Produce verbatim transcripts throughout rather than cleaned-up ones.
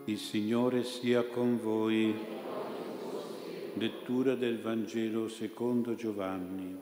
Il Signore sia con voi. Lettura del Vangelo secondo Giovanni.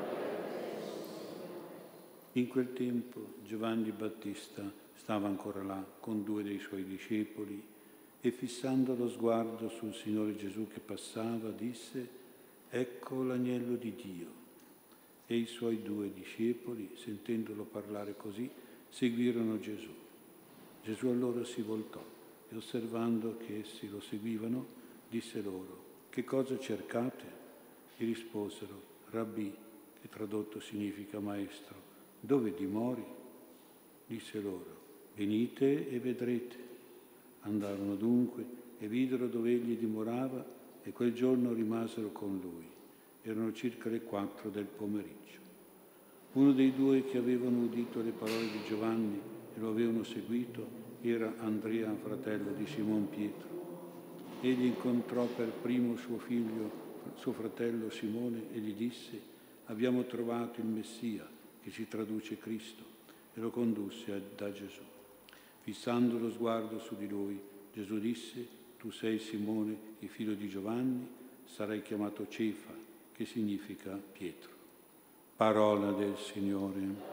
In quel tempo Giovanni Battista stava ancora là con due dei suoi discepoli e fissando lo sguardo sul Signore Gesù che passava disse: «Ecco l'agnello di Dio». E i suoi due discepoli, sentendolo parlare così, seguirono Gesù. Gesù allora si voltò e osservando che essi lo seguivano, disse loro: «Che cosa cercate?» Gli risposero: «Rabbì», che tradotto significa maestro, «dove dimori?» Disse loro: «Venite e vedrete». Andarono dunque e videro dove egli dimorava e quel giorno rimasero con lui. Erano circa le quattro del pomeriggio. Uno dei due che avevano udito le parole di Giovanni e lo avevano seguito era Andrea, fratello di Simon Pietro. Egli incontrò per primo suo figlio, suo fratello Simone, e gli disse: «Abbiamo trovato il Messia», che si traduce Cristo, e lo condusse da Gesù. Fissando lo sguardo su di lui, Gesù disse: «Tu sei Simone, il figlio di Giovanni, sarai chiamato Cefa», che significa Pietro. Parola del Signore.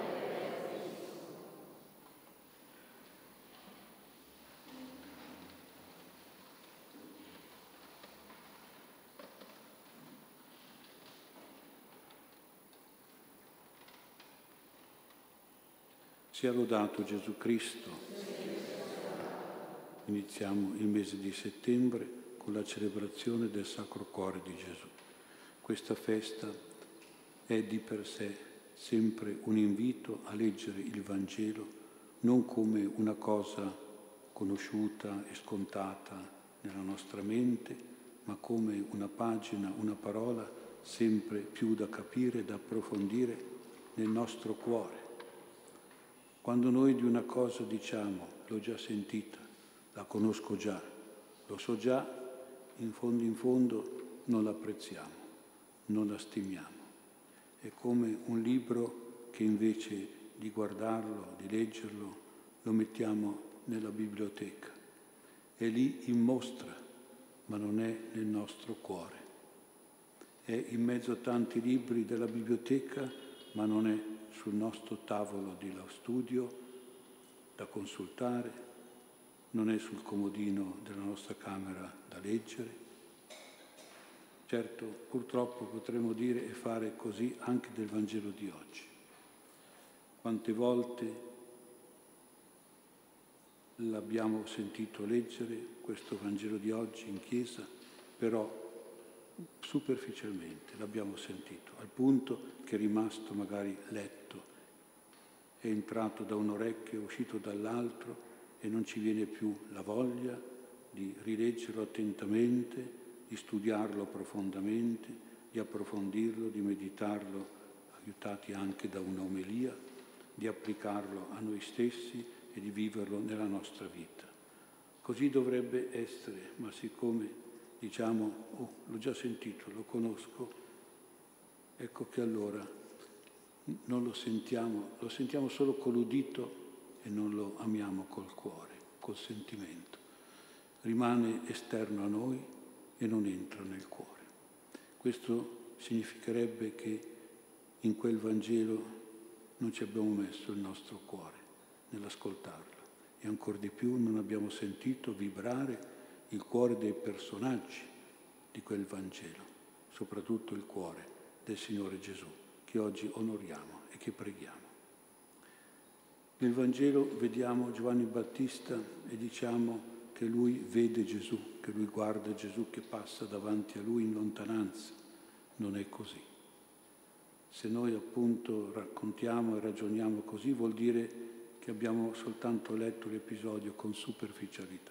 Sia lodato Gesù Cristo. Iniziamo il mese di settembre con la celebrazione del Sacro Cuore di Gesù. Questa festa è di per sé sempre un invito a leggere il Vangelo non come una cosa conosciuta e scontata nella nostra mente, ma come una pagina, una parola sempre più da capire e da approfondire nel nostro cuore. Quando noi di una cosa diciamo: l'ho già sentita, la conosco già, lo so già, in fondo in fondo non l'apprezziamo, non la stimiamo. È come un libro che invece di guardarlo, di leggerlo, lo mettiamo nella biblioteca. È lì in mostra, ma non è nel nostro cuore. È in mezzo a tanti libri della biblioteca, ma non è sul nostro tavolo di studio da consultare, non è sul comodino della nostra camera da leggere. Certo, purtroppo potremmo dire e fare così anche del Vangelo di oggi. Quante volte l'abbiamo sentito leggere questo Vangelo di oggi in chiesa, però superficialmente l'abbiamo sentito, al punto che è rimasto magari letto, è entrato da un orecchio, è uscito dall'altro e non ci viene più la voglia di rileggerlo attentamente, di studiarlo profondamente, di approfondirlo, di meditarlo, aiutati anche da un'omelia, di applicarlo a noi stessi e di viverlo nella nostra vita. Così dovrebbe essere, ma siccome diciamo: «Oh, l'ho già sentito, lo conosco», ecco che allora non lo sentiamo, lo sentiamo solo con l'udito e non lo amiamo col cuore, col sentimento. Rimane esterno a noi e non entra nel cuore. Questo significherebbe che in quel Vangelo non ci abbiamo messo il nostro cuore nell'ascoltarlo e ancor di più non abbiamo sentito vibrare il cuore dei personaggi di quel Vangelo, soprattutto il cuore del Signore Gesù, che oggi onoriamo e che preghiamo. Nel Vangelo vediamo Giovanni Battista e diciamo che lui vede Gesù, che lui guarda Gesù che passa davanti a lui in lontananza. Non è così. Se noi appunto raccontiamo e ragioniamo così, vuol dire che abbiamo soltanto letto l'episodio con superficialità.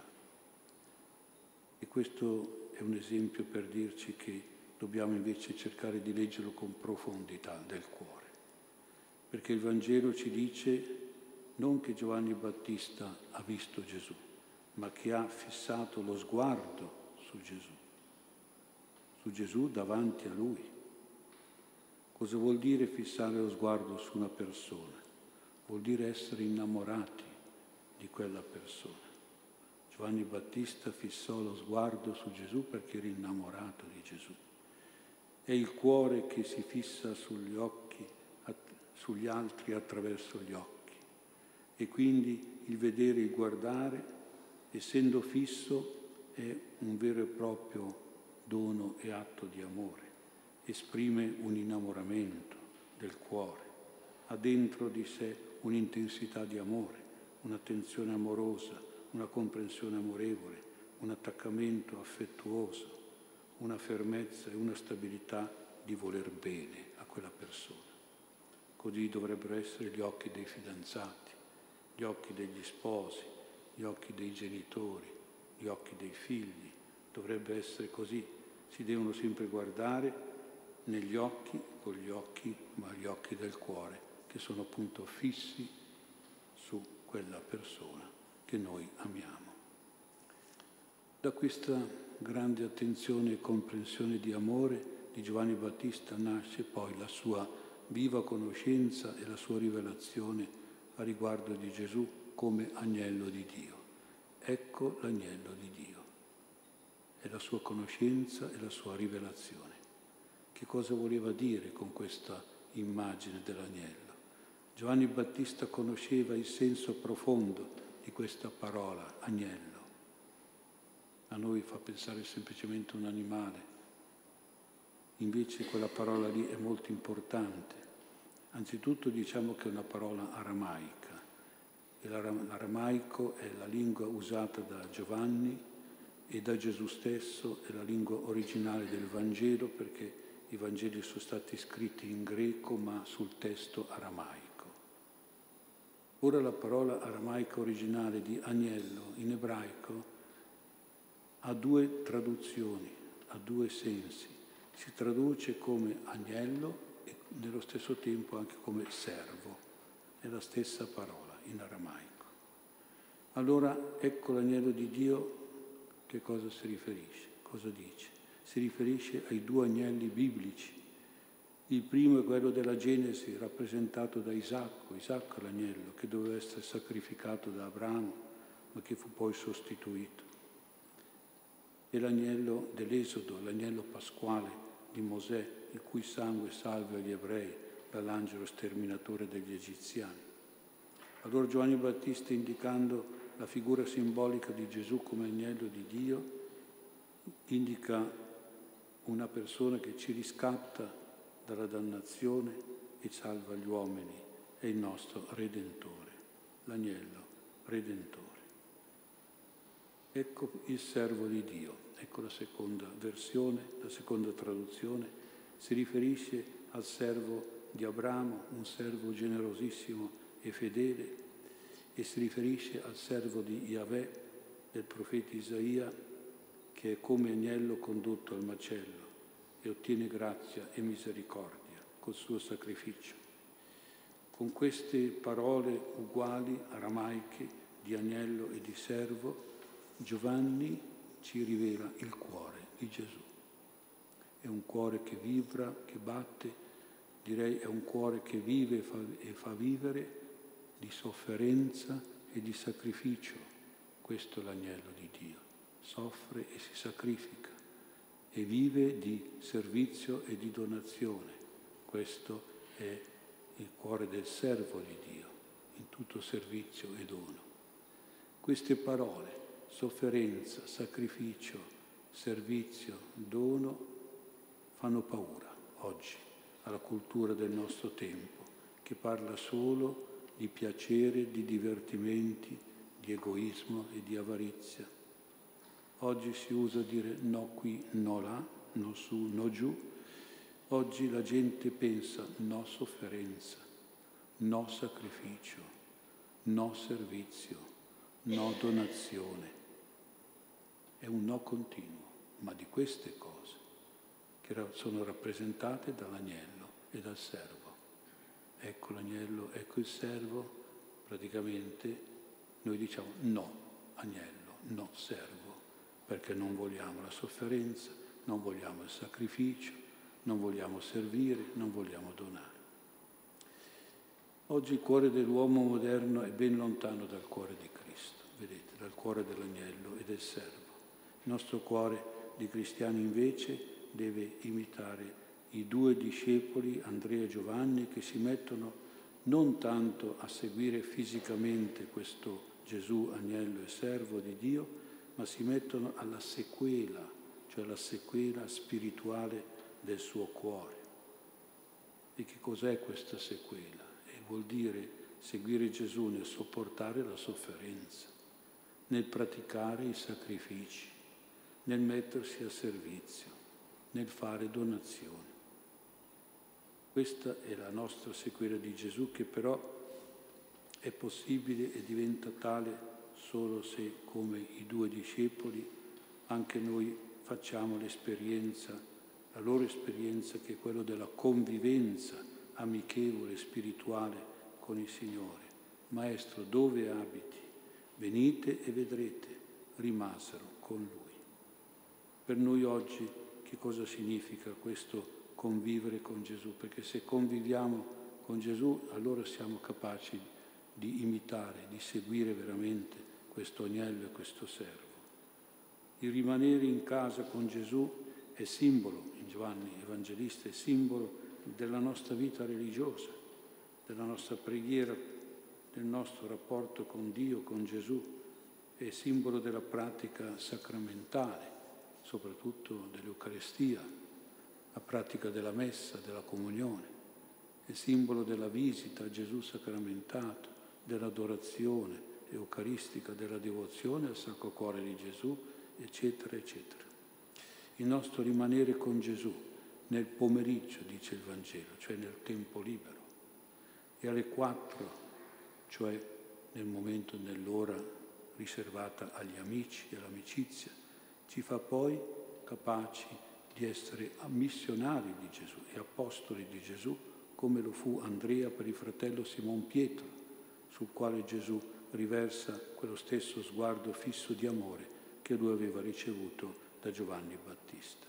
E questo è un esempio per dirci che dobbiamo invece cercare di leggerlo con profondità del cuore. Perché il Vangelo ci dice non che Giovanni Battista ha visto Gesù, ma che ha fissato lo sguardo su Gesù, su Gesù davanti a lui. Cosa vuol dire fissare lo sguardo su una persona? Vuol dire essere innamorati di quella persona. Giovanni Battista fissò lo sguardo su Gesù perché era innamorato di Gesù. È il cuore che si fissa sugli occhi, sugli altri attraverso gli occhi. E quindi il vedere, il guardare, essendo fisso, è un vero e proprio dono e atto di amore. Esprime un innamoramento del cuore. Ha dentro di sé un'intensità di amore, un'attenzione amorosa, una comprensione amorevole, un attaccamento affettuoso, una fermezza e una stabilità di voler bene a quella persona. Così dovrebbero essere gli occhi dei fidanzati, gli occhi degli sposi, gli occhi dei genitori, gli occhi dei figli. Dovrebbe essere così. Si devono sempre guardare negli occhi, con gli occhi, ma gli occhi del cuore, che sono appunto fissi su quella persona che noi amiamo. Da questa grande attenzione e comprensione di amore di Giovanni Battista nasce poi la sua viva conoscenza e la sua rivelazione a riguardo di Gesù come agnello di Dio. Ecco l'agnello di Dio. È la sua conoscenza e la sua rivelazione. Che cosa voleva dire con questa immagine dell'agnello? Giovanni Battista conosceva il senso profondo di questa parola, agnello. A noi fa pensare semplicemente un animale. Invece quella parola lì è molto importante. Anzitutto diciamo che è una parola aramaica. E l'aramaico è la lingua usata da Giovanni e da Gesù stesso, è la lingua originale del Vangelo, perché i Vangeli sono stati scritti in greco ma sul testo aramaico. Ora la parola aramaica originale di agnello in ebraico ha due traduzioni, ha due sensi. Si traduce come agnello e nello stesso tempo anche come servo. È la stessa parola in aramaico. Allora ecco l'agnello di Dio, che cosa si riferisce? Cosa dice? Si riferisce ai due agnelli biblici. Il primo è quello della Genesi, rappresentato da Isacco. Isacco è l'agnello che doveva essere sacrificato da Abramo, ma che fu poi sostituito. E l'agnello dell'Esodo, l'agnello pasquale di Mosè, il cui sangue salva gli ebrei dall'angelo sterminatore degli egiziani. Allora Giovanni Battista, indicando la figura simbolica di Gesù come agnello di Dio, indica una persona che ci riscatta dalla dannazione e salva gli uomini. È il nostro Redentore, l'agnello Redentore. Ecco il servo di Dio. Ecco la seconda versione, la seconda traduzione. Si riferisce al servo di Abramo, un servo generosissimo e fedele, e si riferisce al servo di Yahweh, del profeta Isaia, che è come agnello condotto al macello e ottiene grazia e misericordia col suo sacrificio. Con queste parole uguali, aramaiche, di agnello e di servo, Giovanni ci rivela il cuore di Gesù. È un cuore che vibra, che batte, direi è un cuore che vive e fa, e fa vivere di sofferenza e di sacrificio. Questo è l'agnello di Dio. Soffre e si sacrifica e vive di servizio e di donazione. Questo è il cuore del servo di Dio, in tutto servizio e dono. Queste parole, sofferenza, sacrificio, servizio, dono, fanno paura oggi alla cultura del nostro tempo, che parla solo di piacere, di divertimenti, di egoismo e di avarizia. Oggi si usa dire no qui, no là, no su, no giù. Oggi la gente pensa no sofferenza, no sacrificio, no servizio, no donazione. È un no continuo, ma di queste cose che sono rappresentate dall'agnello e dal servo. Ecco l'agnello, ecco il servo, praticamente noi diciamo no agnello, no servo, perché non vogliamo la sofferenza, non vogliamo il sacrificio, non vogliamo servire, non vogliamo donare. Oggi il cuore dell'uomo moderno è ben lontano dal cuore di Cristo. vedete, dal cuore dell'agnello e del servo. Il nostro cuore di cristiani invece deve imitare i due discepoli, Andrea e Giovanni, che si mettono non tanto a seguire fisicamente questo Gesù, agnello e servo di Dio, ma si mettono alla sequela, cioè alla sequela spirituale del suo cuore. E che cos'è questa sequela? E vuol dire seguire Gesù nel sopportare la sofferenza, nel praticare i sacrifici, nel mettersi a servizio, nel fare donazioni. Questa è la nostra sequela di Gesù, che però è possibile e diventa tale solo se, come i due discepoli, anche noi facciamo l'esperienza, la loro esperienza, che è quella della convivenza amichevole e spirituale con il Signore. Maestro, dove abiti? Venite e vedrete. Rimasero con Lui. Per noi oggi che cosa significa questo convivere con Gesù? Perché se conviviamo con Gesù, allora siamo capaci di imitare, di seguire veramente questo agnello e questo servo. Il rimanere in casa con Gesù è simbolo, in Giovanni Evangelista, è simbolo della nostra vita religiosa, della nostra preghiera, del nostro rapporto con Dio, con Gesù, è simbolo della pratica sacramentale, soprattutto dell'Eucaristia, la pratica della messa, della comunione, è simbolo della visita a Gesù sacramentato, dell'adorazione eucaristica, della devozione al Sacro Cuore di Gesù, eccetera, eccetera. Il nostro rimanere con Gesù nel pomeriggio, dice il Vangelo, cioè nel tempo libero, e alle quattro, cioè nel momento, nell'ora riservata agli amici e all'amicizia, ci fa poi capaci di essere missionari di Gesù e apostoli di Gesù, come lo fu Andrea per il fratello Simon Pietro, sul quale Gesù riversa quello stesso sguardo fisso di amore che lui aveva ricevuto da Giovanni Battista.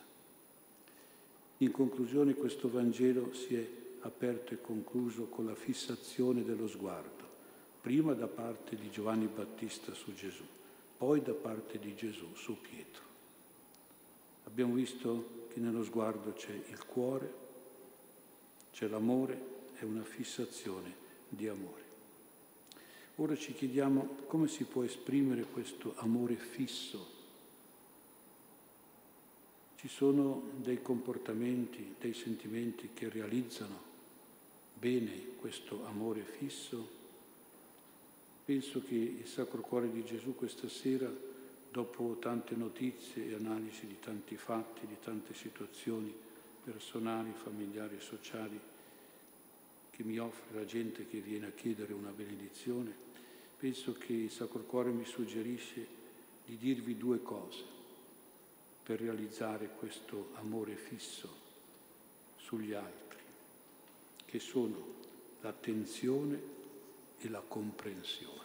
In conclusione, questo Vangelo si è aperto e concluso con la fissazione dello sguardo, prima da parte di Giovanni Battista su Gesù, poi da parte di Gesù su Pietro. Abbiamo visto che nello sguardo c'è il cuore, c'è l'amore e una fissazione di amore. Ora ci chiediamo come si può esprimere questo amore fisso. Ci sono dei comportamenti, dei sentimenti che realizzano bene questo amore fisso. Penso che il Sacro Cuore di Gesù questa sera, dopo tante notizie e analisi di tanti fatti, di tante situazioni personali, familiari e sociali che mi offre la gente che viene a chiedere una benedizione, penso che il Sacro Cuore mi suggerisce di dirvi due cose per realizzare questo amore fisso sugli altri, che sono l'attenzione e la comprensione.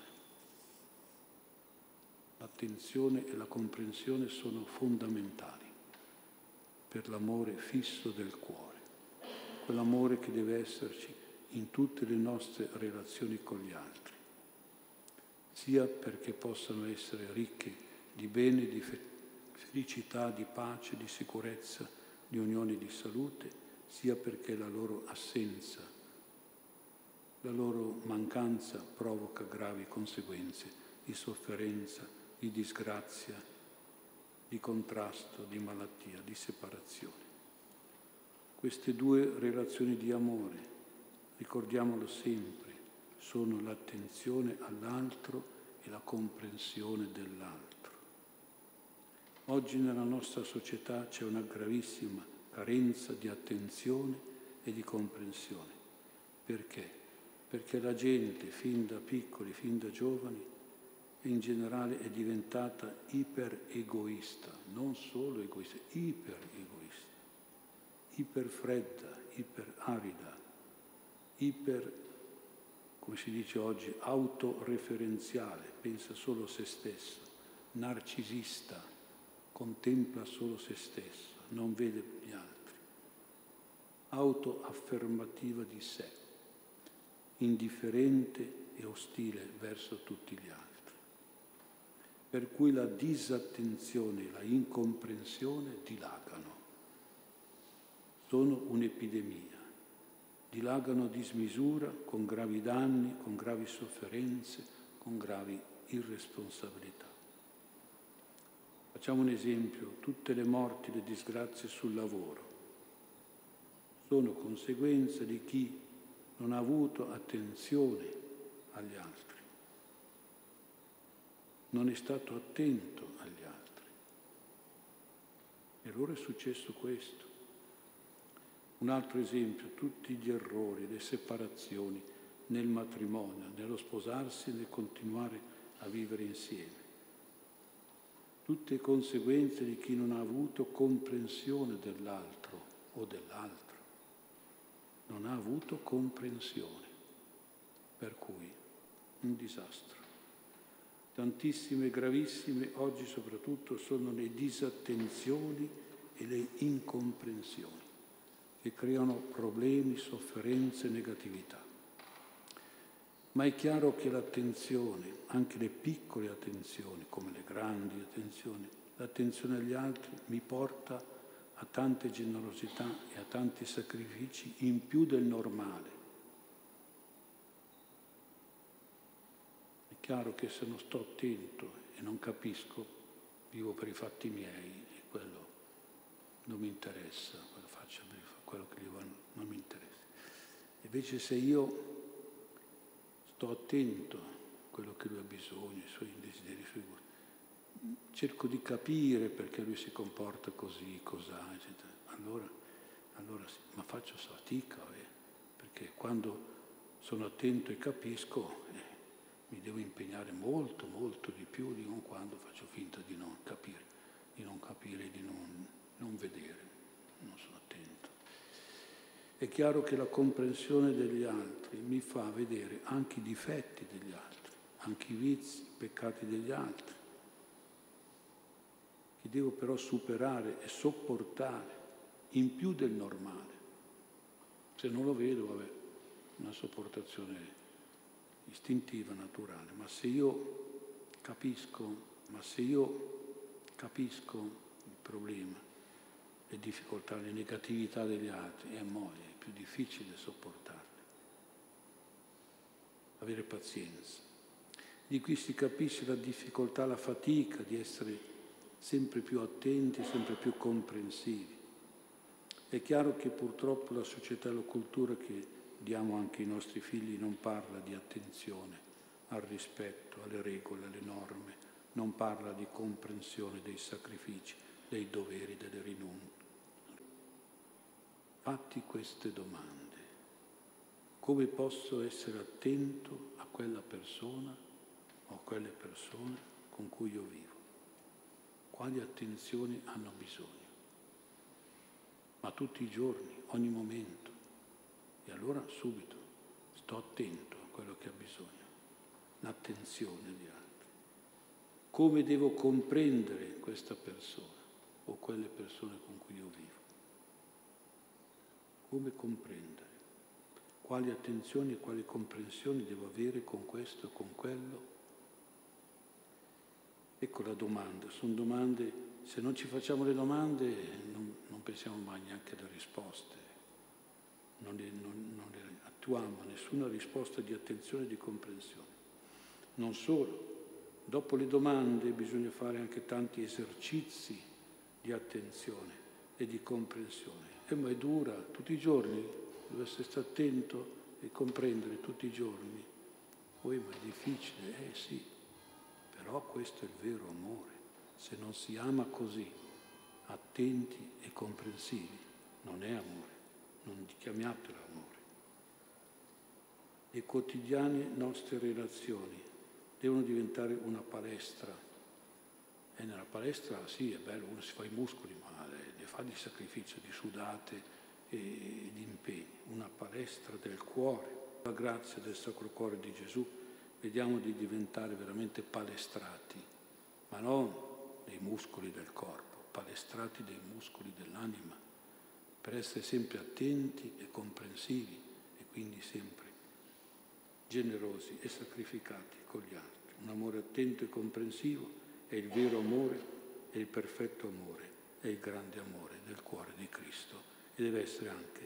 L'attenzione e la comprensione sono fondamentali per l'amore fisso del cuore, quell'amore che deve esserci in tutte le nostre relazioni con gli altri, sia perché possano essere ricche di bene, di felicità, di pace, di sicurezza, di unione, di salute, sia perché la loro assenza, la loro mancanza provoca gravi conseguenze di sofferenza, di disgrazia, di contrasto, di malattia, di separazione. Queste due relazioni di amore, ricordiamolo sempre, sono l'attenzione all'altro e la comprensione dell'altro. Oggi nella nostra società c'è una gravissima carenza di attenzione e di comprensione. Perché? Perché la gente, fin da piccoli, fin da giovani, in generale è diventata iper-egoista, non solo egoista, iper-egoista, iper-fredda, iper-arida, iper, come si dice oggi, autoreferenziale, pensa solo a se stesso, narcisista, contempla solo se stesso, non vede gli altri, autoaffermativa di sé, indifferente e ostile verso tutti gli altri. per cui la disattenzione e la incomprensione dilagano. Sono un'epidemia, dilagano a dismisura con gravi danni, con gravi sofferenze, con gravi irresponsabilità. Facciamo un esempio: tutte le morti, le disgrazie sul lavoro sono conseguenza di chi non ha avuto attenzione agli altri, non è stato attento agli altri. E allora è successo questo. Un altro esempio: tutti gli errori, le separazioni nel matrimonio, nello sposarsi e nel continuare a vivere insieme. Tutte conseguenze di chi non ha avuto comprensione dell'altro o dell'altra. Non ha avuto comprensione, per cui un disastro. Tantissime, gravissime, oggi soprattutto, sono le disattenzioni e le incomprensioni che creano problemi, sofferenze, negatività. Ma è chiaro che l'attenzione, anche le piccole attenzioni, come le grandi attenzioni, l'attenzione agli altri mi porta a tante generosità e a tanti sacrifici in più del normale. È chiaro che se non sto attento e non capisco, vivo per i fatti miei e quello non mi interessa, quello faccio per quello che gli va, non mi interessa. Invece se io sto attento a quello che lui ha bisogno, i suoi desideri, i suoi gusti, cerco di capire perché lui si comporta così, cos'ha, eccetera. Allora, allora sì, ma faccio fatica, eh, perché quando sono attento e capisco, eh, mi devo impegnare molto, molto di più di non quando faccio finta di non capire, di non capire, di non, non vedere, non sono attento. È chiaro che la comprensione degli altri mi fa vedere anche i difetti degli altri, anche i vizi, i peccati degli altri, che devo però superare e sopportare in più del normale. Se non lo vedo, vabbè, una sopportazione istintiva, naturale, ma se io capisco, ma se io capisco il problema, le difficoltà, le negatività degli altri, è mo' è più difficile sopportarle. Avere pazienza. Di qui si capisce la difficoltà, la fatica di essere sempre più attenti, sempre più comprensivi. È chiaro che purtroppo la società e la cultura che diamo anche ai nostri figli non parla di attenzione al rispetto, alle regole, alle norme, non parla di comprensione dei sacrifici, dei doveri, delle rinunce. Fatti queste domande: come posso essere attento a quella persona o a quelle persone con cui io vivo? Quali attenzioni hanno bisogno? Ma tutti i giorni, ogni momento. E allora subito sto attento a quello che ha bisogno, l'attenzione agli altri. Come devo comprendere questa persona o quelle persone con cui io vivo? Come comprendere? Quali attenzioni e quali comprensioni devo avere con questo e con quello? Ecco la domanda. Sono domande, se non ci facciamo le domande non, non pensiamo mai neanche alle risposte, non le, non, non le attuiamo a nessuna risposta di attenzione e di comprensione. Non solo, dopo le domande bisogna fare anche tanti esercizi di attenzione e di comprensione. E ma è dura, tutti i giorni, deve essere attento e comprendere tutti i giorni. Poi ma è difficile, eh sì. Però questo è il vero amore. Se non si ama così, attenti e comprensivi, non è amore, non chiamiatelo amore. Le quotidiane nostre relazioni devono diventare una palestra. E nella palestra sì, è bello, uno si fa i muscoli, ma ne fa di sacrificio, di sudate e di impegni. Una palestra del cuore. La grazia del Sacro Cuore di Gesù, vediamo di diventare veramente palestrati, ma non dei muscoli del corpo, palestrati dei muscoli dell'anima, per essere sempre attenti e comprensivi e quindi sempre generosi e sacrificati con gli altri. Un amore attento e comprensivo è il vero amore, è il perfetto amore, è il grande amore del cuore di Cristo e deve essere anche